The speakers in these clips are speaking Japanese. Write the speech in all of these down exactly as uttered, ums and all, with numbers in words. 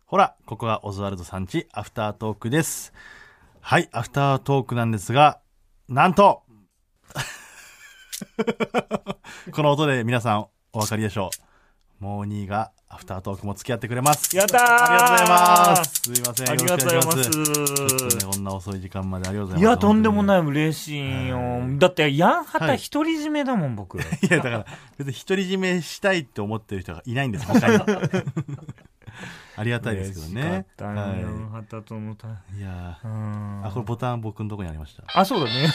ほら、ここがオズワルドさんちアフタートークです。はい、アフタートークなんですが、なんとこの音で皆さんお分かりでしょう。モーニーがアフタートークも付き合ってくれます。 やったー、 ありがとうございます。すいません、 ありがとうございます。 ちょっとね、こんな遅い時間までありがとうございます。 いや、とんでもない、嬉しいよ。だってヤンハタ独り占めだもん、はい、僕。いや、だから別に独り占めしたいって思ってる人がいないんです、他に。ありがたいですけどね。 嬉しかったね、はい、ヤンハタとのたいやー、あ、これボタン僕のとこにありました。 あ、そうだね。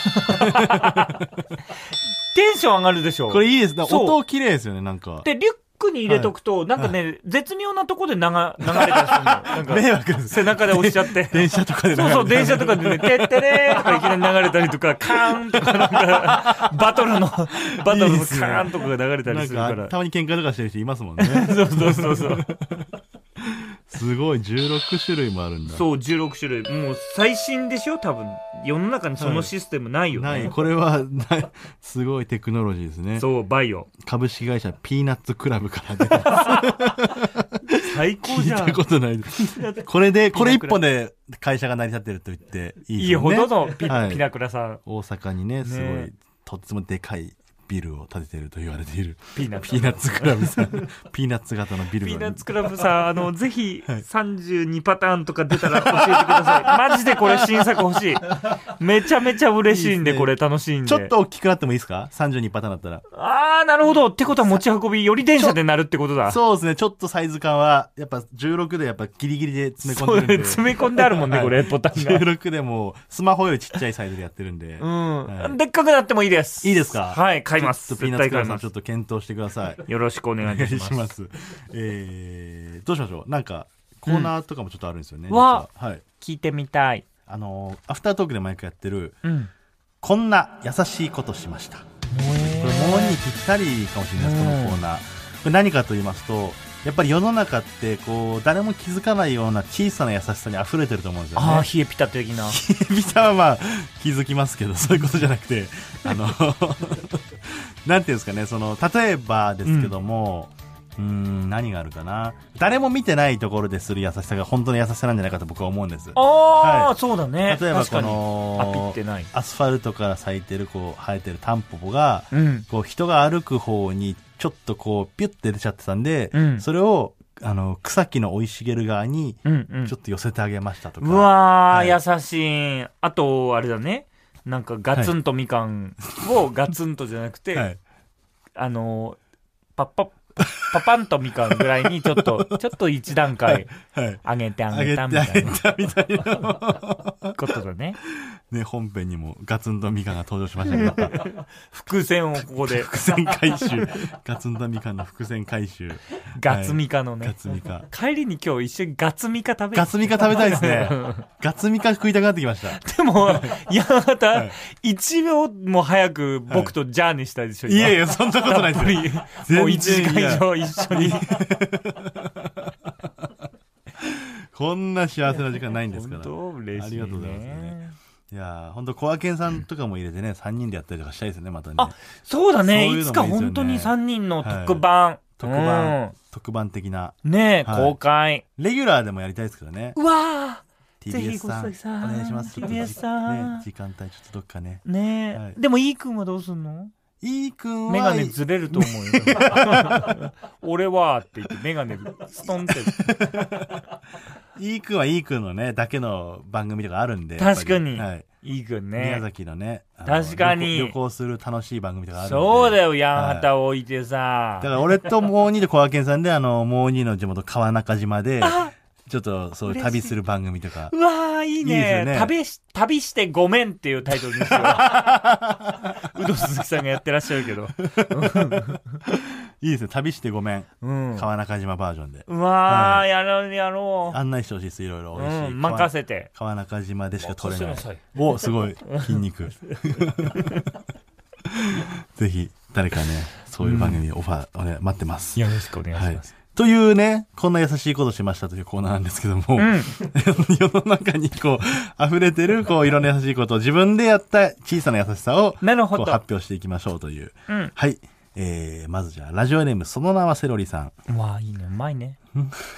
テンション上がるでしょ。 これいいですね。音綺麗ですよね、なんか。 で、リュックに入れとくと、はい、なんかね、はい、絶妙なとこで流、流れたりするの。なんか迷惑です。 背中で押しちゃって。 電車とかで流れたり。 そうそう、電車とかでね、てってれーとかいきなり流れたりとか、カーンとかなんか、バトルの、バトルのカーンとかが流れたりするから。 なんかたまに喧嘩とかしてる人いますもんね。 そうそうそうそう。 すごい、じゅうろくしゅるいもあるんだ。 そう、じゅうろくしゅるい。もう最新でしょ多分。世の中にそのシステムないよね。 はい、ない。これは、すごいテクノロジーですね。 そう、バイオ。 株式会社ピーナッツクラブから出てます。 最高じゃん。 聞いたことないです。これで、これ一本で会社が成り立ってると言っていいですね。 いいほどのピ、 はい、 ピナクラさん。 大阪にね、すごい、ね、とってもでかいビルを建てていると言われているピーナッツ、 ピーナッツクラブさん。ピーナッツ型のビルが、 ピーナッツクラブさん、あの、ぜひさんじゅうにパターンとか出たら教えてください。マジでこれ新作欲しい。めちゃめちゃ嬉しいんで、いいでね、これ楽しいんで。 ちょっと大きくなってもいいですか ?さんじゅうに パターンだったら。 あー、なるほど。ってことは持ち運びより電車でなるってことだ。 そうですね。ちょっとサイズ感は、やっぱじゅうろくでやっぱギリギリで詰め込んでるんで。そう詰め込んであるもんね、はい、これ、ボタンが。 じゅうろくでもスマホよりちっちゃいサイズでやってるんで。 うん、 はい。 でっかくなってもいいです。 いいですか？ はい、買います。 ピーナッツクラブさんちょっと検討してください。 よろしくお願いします。 します。えー、どうしましょう。なんかコーナーとかもちょっとあるんですよね。 うん、わ、 はい。 聞いてみたい。 あのアフタートークで毎回やってる、 うん、 こんな優しいことしました。これもうにぴったりかもしれないです、このコーナー。これ何かと言いますと、やっぱり世の中ってこう誰も気づかないような小さな優しさに溢れてると思うんですよね。 ああ、冷えピタ的な。 冷えピタはまあ気づきますけど、そういうことじゃなくて、あのなんていうんですかね、その例えばですけども、うん、うーん何があるかな。誰も見てないところでする優しさが本当の優しさなんじゃないかと僕は思うんです。 ああ、 はい、 そうだね。 例えばこのアスファルトから咲いてるこう生えてるタンポポが、うん、こう人が歩く方にちょっとこうピュッて出ちゃってたんで、うん、それをあの草木の生い茂る側にちょっと寄せてあげましたとか、 うんうん、うわー、はい、優しい。あとあれだね、なんかガツンとみかんをガツンとじゃなくて、はい、あのパッパッパパンとみかんぐらいにちょっとちょっと一段階上げてあげたみたいなことだね。 ね、本編にもガツンとみかんが登場しましたけど伏線をここで伏線回収ガツンとみかんの伏線回収ガツミカのね、 はい、ガツミカ帰りに今日一緒にガツミカ食べガツミカ食べたいですねガツミカ食いたくなってきました。 でもやまたいちびょうも早く僕とジャーにしたいでしょ、 はい、いやいやそんなことないですよ。 もういちじかん以上一緒にこんな幸せな時間ないんですから。 本当嬉しいね。 ありがとうございますね。いや本当コアケンさんとかも入れてね、うん、さんにんでやったりとかしたいですね、またね。 あ、そうだね。 い, いつか本当にさんにんの特番、はい、 特番、うん、特番的なねえ、はい、公開レギュラーでもやりたいですけどね。 うわー、 ティービーエス さんさんお願いします。 ティービーエス さん、 ね、時間帯ちょっとどっかね。 ねえ、はい、でも E 君はどうすんの？ E 君はメガネずれると思うよ俺はって言ってメガネストンって E 君は E 君のねだけの番組とかあるんで、 確かに、 はい、 E 君ね、 宮崎のね、 確かに旅行する楽しい番組とかあるんで。 そうだよ、ヤンハタを置いてさ、 はい、だから俺とモーニーでコアケンさんであのモーニーの地元川中島でちょっとそういう旅する番組とか。 うわー、いいね。いいですよね。旅し、旅してごめんっていうタイトルですよ。有働鈴木さんがやってらっしゃるけど。 いいですね。旅してごめん。 うん、 川中島バージョンで。 うわー、はい、やろうやろう。 案内してほしいです。いろいろ美味しい。 うん、任せて。 川中島でしか撮れない。お、すごい。筋肉。ぜひ、誰かね、そういう番組オファー、うん、ね、待ってます。 よろしくお願いします。 はい、というね、こんな優しいことしましたというコーナーなんですけども、うん、世の中にこう溢れてるこういろんな優しいことを自分でやった小さな優しさをこう発表していきましょうという、うん、はい、えー、まずじゃあラジオネームその名はセロリさん。 うわー、いいね、うまいね。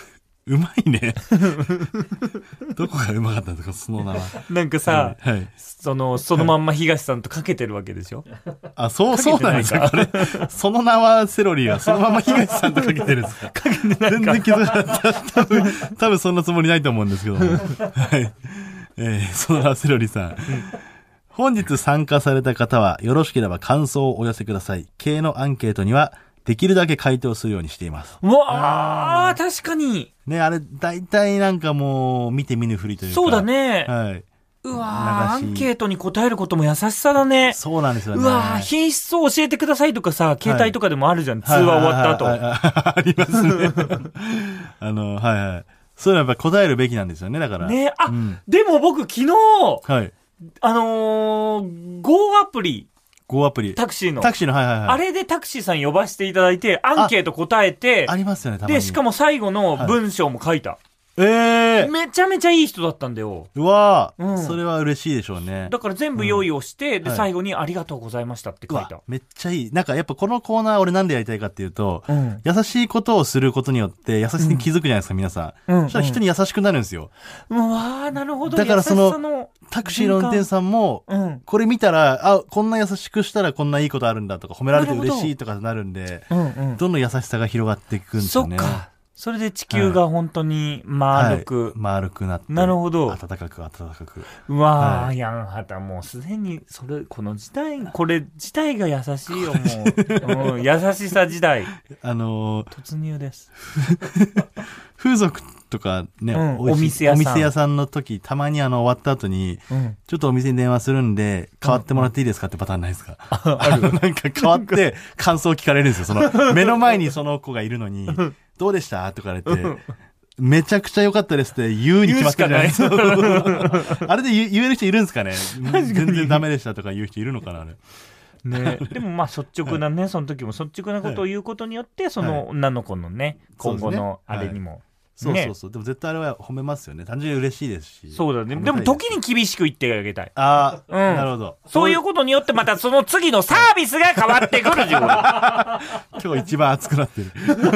うまいね。どこがうまかったんですか、その名は。 なんかさ、 はいはい、 その、そのまんま東さんとかけてるわけでしょ。 あ、そう、そうなんですか、これ。その名はセロリは、そのまま東さんとかけてるんですか。 かけてないか。 全然気づかなかった。多分、多分そんなつもりないと思うんですけども。はい。えー、その名はセロリさん。本日参加された方は、よろしければ感想をお寄せください。系のアンケートには、できるだけ回答するようにしています。 うわあ、確かに。 ね、あれ、大体なんかもう、見て見ぬふりというか。 そうだね。 はい。 うわー、アンケートに答えることも優しさだね。 そうなんですよね。 うわー、品質を教えてくださいとかさ、携帯とかでもあるじゃん。はい、通話終わった後。 ありますね。あの、はいはい。そういうのやっぱ答えるべきなんですよね、だから。 ね、あ、うん、でも僕昨日、はい。あのー、Go アプリ。 Go アプリ。 タクシーの。 タクシーの、はいはいはい。 あれでタクシーさん呼ばせていただいて、アンケート答えて。 あ, ありますよね、たまに。 で、しかも最後の文章も書いた。はい、 ええー。 めちゃめちゃいい人だったんだよ。 うわー、うん、それは嬉しいでしょうね。 だから全部用意をして、うん、で、最後にありがとうございましたって書いた。 めっちゃいい。なんかやっぱこのコーナー俺なんでやりたいかっていうと、うん、優しいことをすることによって優しさに気づくじゃないですか、うん、皆さん。うん、そしたら人に優しくなるんですよ。 うわー、なるほど。 だからその、のタクシーの運転手さんも、うん、これ見たら、あ、こんな優しくしたらこんないいことあるんだとか、褒められて嬉しいとかなるんで、うんうん、どんどん優しさが広がっていくんですよね。 そっか。それで地球が本当に丸く、はい、 丸くなって、 なるほど、 暖かく暖かく。 うわー、はい、やんはた、もうすでにそれこの時代、これ自体が優しいよもう、うん、優しさ時代、 あのー、 突入です。 風俗とかね、うん、 お店屋さん、 お店屋さんの時、たまにあの終わった後に、うん、ちょっとお店に電話するんで変わってもらっていいですかってパターンないですか？うんうん、あるなんか変わって感想聞かれるんですよ。その目の前にその子がいるのに。どうでしたとか言われて、めちゃくちゃ良かったですって言うに決まってるじゃないですか。あれで言える人いるんですかね。全然ダメでしたとか言う人いるのかな、あれ。 ね、でもまあ率直なね、はい、その時も率直なことを言うことによって、はい、その女の子のね、今後のあれにも。 そうそうそう。でも絶対あれは褒めますよね。単純に嬉しいですし。 そうだね。でも時に厳しく言ってあげたい。 ああ、うん、なるほど。 そういうことによってまたその次のサービスが変わってくる自分。 今日一番熱くなってる。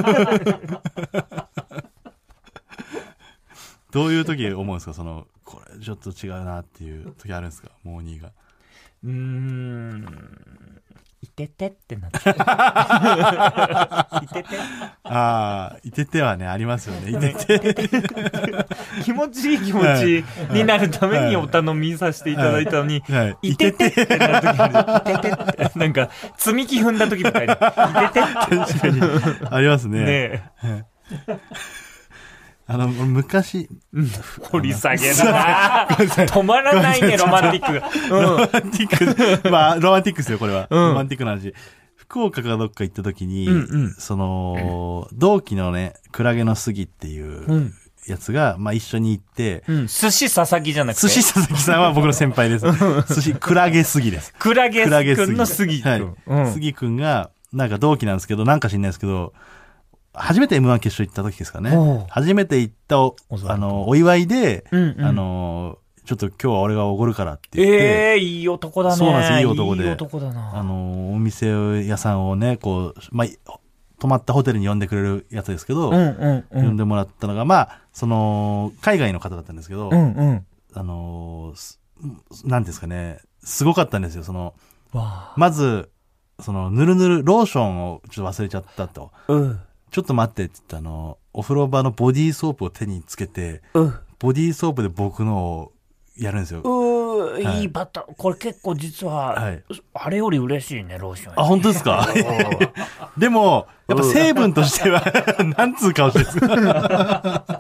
どういう時思うんですか？その、これちょっと違うなっていう時あるんですか？モーニーが。 うーん。いててってなって。いてて。 ああ、いててはね、ありますよね。いてて。 気持ちいい気持ちになるためにお頼みさせていただいたのに、はいはい、いててってなる時ある。いててって。なんか、積み木踏んだ時みたいな。いててって。 確かに。ありますね。 ねえ。あの、昔、 うん、掘り下げだな止まらないね、ロマンティックが。 うん、ロマンティック、まあ、ロマンティックですよ、これは。うん、ロマンティックな話。福岡かどっか行った時に、うんうん、その、同期のね、クラゲの杉っていうやつが、まあ一緒に行って、 うん、寿司佐々木じゃなくて。 寿司佐々木さんは僕の先輩です。寿司、クラゲ杉です。 クラゲくんの杉くん。はい。 うん、杉くんが、なんか同期なんですけど、なんか知んないですけど、初めて エムワン 決勝行った時ですかね。初めて行ったお、あの、お祝いで、うんうん、あの、ちょっと今日は俺がおごるからって言って。 ええー、いい男だね。 そうなんです、いい男で。 いい男だな。 あの、お店屋さんをね、こう、まあ、泊まったホテルに呼んでくれるやつですけど、うんうんうん、呼んでもらったのが、まあ、その、海外の方だったんですけど、うんうん、あの、なんですかね、すごかったんですよ、その、まず、その、ぬるぬる、ローションをちょっと忘れちゃったと。うんちょっと待ってって言ってあの、お風呂場のボディーソープを手につけて、うん、ボディーソープで僕のをやるんですよ。 うー、はい、いいバター。これ結構実は、はい、あれより嬉しいね、ローション。 あ、本当ですか？でも、やっぱ成分としては、なんつう顔してるんですか？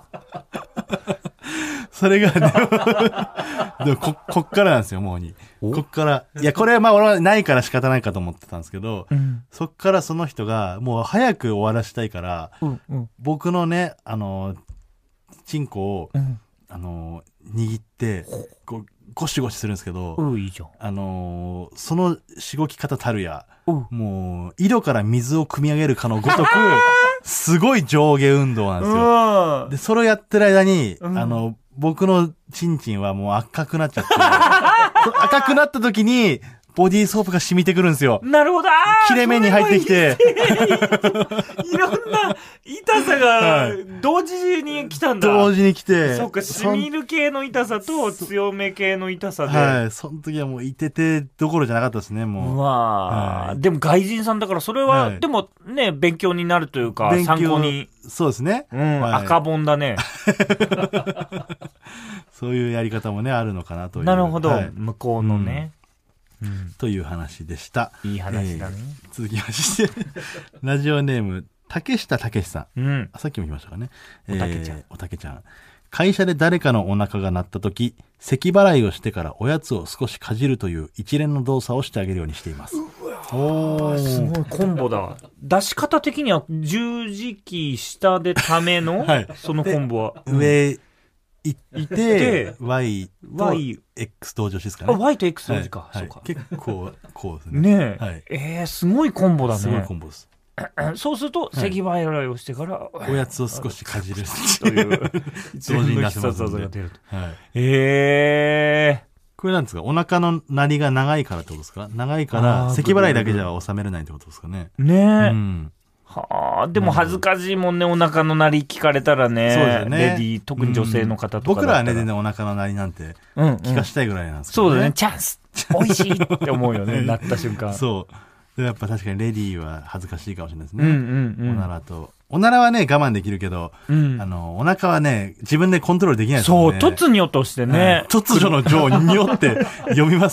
それが、でもこ、こっからなんですよ、もうに。こっから。いや、これはまあ俺はないから仕方ないかと思ってたんですけど、うん、そっからその人が、もう早く終わらしたいから、うんうん、僕のね、あの、チンコを、うん、あの、握って、こう、ゴシゴシするんですけど、 うん、いいじゃん。 あの、そのしごき方たるや、うん、もう、井戸から水を汲み上げるかのごとく、すごい上下運動なんですよ。で、それをやってる間に、うん、あの、僕のチンチンはもう赤くなっちゃって、赤くなった時に、 ボディーソープが染みてくるんですよ。 なるほど。あ切れ目に入ってきて。 いろんな痛さが同時に来たんだ。 同時に来て。 そうか、染みる系の痛さと強め系の痛さで。 はい。その時はもういててどころじゃなかったですね、もう。 うわ、はい、でも外人さんだからそれは、はい、でもね、勉強になるというか、参考に。 そうですね。 うん、はい、赤本だね。 そういうやり方もね、あるのかなという。 なるほど。はい、向こうのね。うんうん、 という話でした。 いい話だね。 えー、続きましてラジオネーム竹下武さん、うん、さっきも言いましたかね。 おたけちゃん、えー、 おたけちゃん。会社で誰かのお腹が鳴った時、咳払いをしてからおやつを少しかじるという一連の動作をしてあげるようにしています。 おすごいコンボだ。出し方的には十字キー下でための、はい、そのコンボは上行って、Y と X 同乗しですかね。 あ、Y と X 同時か。 はい、 そうか。 結構、こうですね。 ねえ。はい、えー、すごいコンボだね。 すごいコンボです。 そうすると、咳払いをしてから、 はい、おやつを少しかじるという、同時に出せますので。はい、 えー。 これなんですか、お腹の鳴りが長いからってことですか？長いから、咳払いだけじゃ収めれないってことですかね。 ねえ。うんはあ、でも恥ずかしいもんね、お腹の鳴り聞かれたらね。 そうですよね。 レディー、特に女性の方とかだったら、 うん、僕らはね、全然お腹の鳴りなんて聞かしたいぐらいなんですけど、ね、 そうだね、チャンス美味しいって思うよね、鳴った瞬間。 そう。やっぱ確かにレディーは恥ずかしいかもしれないですね。 うんうんうん、 おならと。おならはね、我慢できるけど、うん、あの、お腹はね、自分でコントロールできないですよね。 そう、突如としてね。はい、 突如の情によって読みます。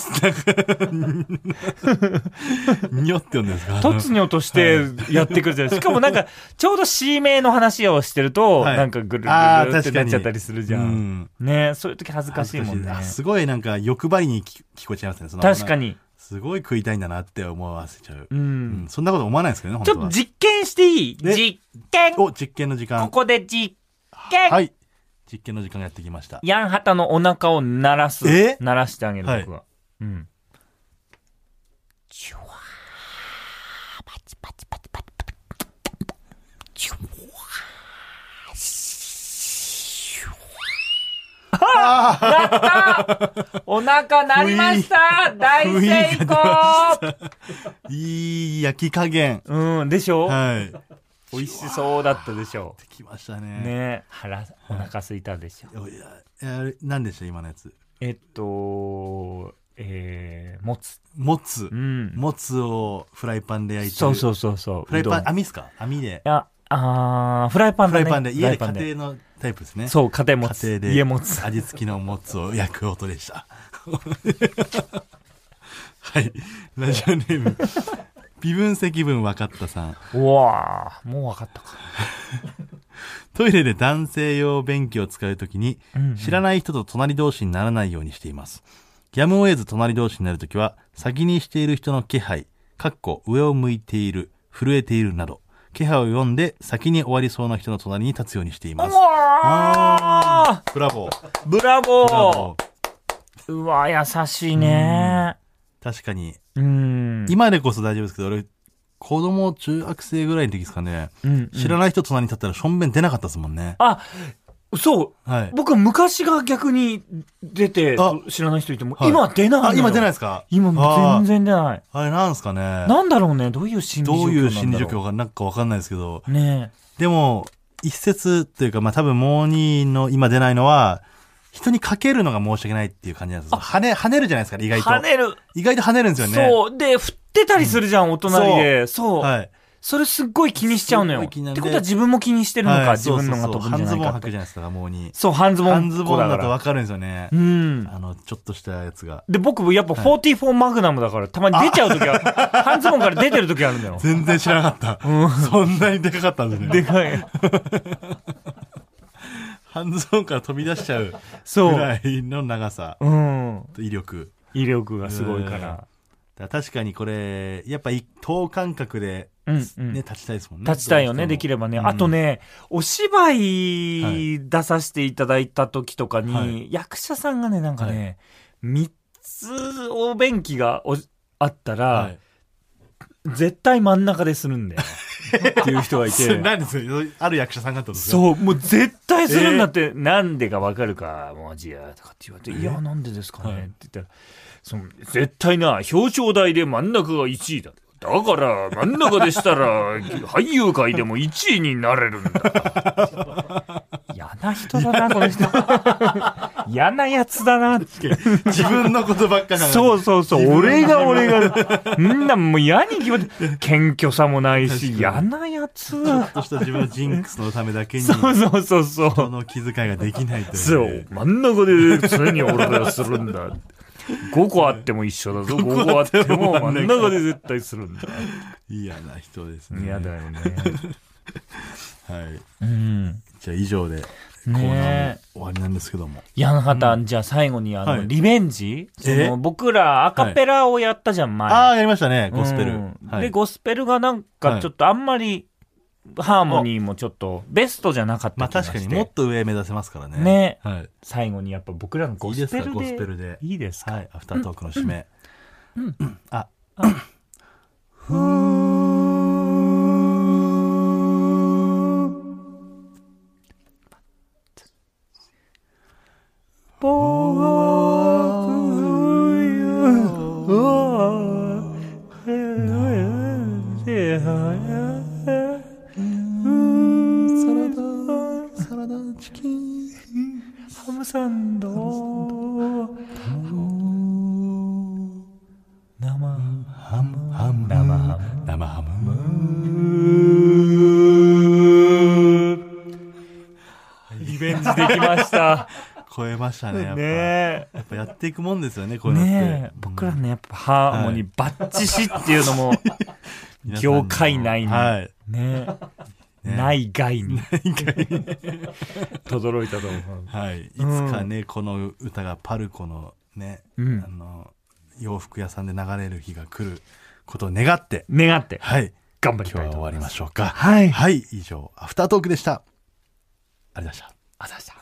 によって読んでるんですか？ 突如としてやってくるじゃない。しかもなんか、ちょうど C 名の話をしてると、はい、なんかぐるぐるってなっちゃったりするじゃん。うん、ね、そういう時恥ずかしいもんね。 すごいなんか欲張りに聞こえちゃいますね。その確かに。 すごい食いたいんだなって思わせちゃう。うん。うん、そんなこと思わないですけどね、本当は。 ちょっと実験していい？実験お、実験の時間。 ここで実験はい。実験の時間がやってきました。 ヤンハタのお腹を鳴らす。 え鳴らしてあげる、僕は。はい、うん。チュワー。パチパチパチパチパチ。チュワー。ああなったお腹鳴りました大成功いい焼き加減。 うん、でしょ？ はい。 美味しそうだったでしょ？ できましたね。 ね、腹、お腹空いたでしょ？ いや、いや、何でした今のやつ？ えっと、えー、もつ。 もつ。 うん。 もつをフライパンで焼いてる。 そうそうそうそう。 フライパン、網っすか？網で。 いや、あー、フライパンだね。 フライパンで、家で家庭のタイプですね。 そう、家庭もつ。 家庭で。 家もつ。 味付きのもつを焼く音でした。はい。ラジオネーム。微分積分分かったさん。 うわー、もう分かったか。 トイレで男性用便器を使うときに、うんうん、知らない人と隣同士にならないようにしています。やむを得ず隣同士になるときは、先にしている人の気配、かっこ上を向いている、震えているなど、気配を読んで先に終わりそうな人の隣に立つようにしています。あー、ブラボー。 ブラボー。ブラボー。うわ、優しいね。 確かに。 うん。 今でこそ大丈夫ですけど、俺、子供中学生ぐらいの時ですかね。うんうん、知らない人隣に立ったらしょんべん出なかったですもんね。 あ、そう。 はい。 僕昔が逆に出て、知らない人いても、はい、今出ないのよ。 あ、今出ないですか？ 今全然出ない。 あれなんですかね。 なんだろうね。どういう心理状況なんだろう。 どういう心理状況かなんかわかんないですけど。 ねえ。でも、一説というか、まあ多分モーニーの今出ないのは、人にかけるのが申し訳ないっていう感じなんです。跳ね、跳ねるじゃないですか、意外と。 跳ねる。 意外と跳ねるんですよね。 そう。で、振ってたりするじゃん、うん、お隣で。そう。そう。 はい。 それすっごい気にしちゃうのよ。ってことは自分も気にしてるのか、はい、自分のが飛ぶんじゃないかって。 半ズボン履くじゃないですか、もうに。 そう、半ズボン。 半ズボンだと分かるんですよね。 うん。 あの、ちょっとしたやつが。 で、僕もやっぱよんじゅうよんマグナムだから、たまに出ちゃうときは、半ズボンから出てるときあるんだよ。 全然知らなかった。うん。そんなにでかかったんですね。 でかい。 半ズボンから飛び出しちゃうぐらいの長さ。 うん。 威力。 威力がすごいから。 だから確かにこれ、やっぱ等間隔で、うんうん、ね、立ちたいですもんね。 立ちたいよね、できればね。うん、あとね、お芝居出させていただいた時とかに、はい、役者さんがね、なんかね、はい、みっつお便器がおあったら、はい、絶対真ん中でするんだよ。 っていう人がいて何ですか、ある役者さんがってことですか。 そう、もう絶対するんだって、えー、なんでかわかるか、マジや、とかって言われて、えー、いや、なんでですかね、はい、って言ったら、その絶対な、表彰台で真ん中がいちいだ。だから真ん中でしたら俳優界でもいちいになれるんだ。嫌な人だなこの人。嫌なやつだなって。 自分のことばっかり。 そうそうそう、俺が俺がみんなもう嫌に決まって謙虚さもないし嫌なやつ。 ちょっとした自分のジンクスのためだけにそうそうそうそう、 人の気遣いができないという。 そう真ん中で常に俺がするんだ。ごこあっても一緒だぞ。ごこあっても真ん中で絶対するんだ。 嫌な人ですね。 嫌だよね。 はい。 うん。 じゃあ以上でコーナーも終わりなんですけども。 いや、はた、うん、じゃあ最後にあの、はい、リベンジ、その僕らアカペラをやったじゃん、前。 ああ、やりましたね、ゴスペル、うんはい。で、ゴスペルがなんかちょっとあんまり、ハーモニーもちょっとベストじゃなかった気がして。 まあ確かにもっと上目指せますからね。 ね。 はい、 最後にやっぱ僕らのゴスペルで。いいですか、 ゴスペルで。 いいですか。 はい、アフタートークの締め。 うんうん、 あ、あふーハムサンド生ハムハム生ハム生ハムリベンジできました超えましたね、やっぱ。 ね、 やっぱやっていくもんですよね、こういうのって。 ね、僕らね、やっぱハーモニーバッチシっていうのも、業界内に、 はい、 ね。ね、内外に轟いたと思う。 はい。いつかね、うん、この歌がパルコのね、うん、あの洋服屋さんで流れる日が来ることを願って、 願って、 はい、 頑張りたいと思います。 今日は終わりましょうか。 はい。 はい。以上アフタートークでした。ありがとうございました。 ありがとうございました。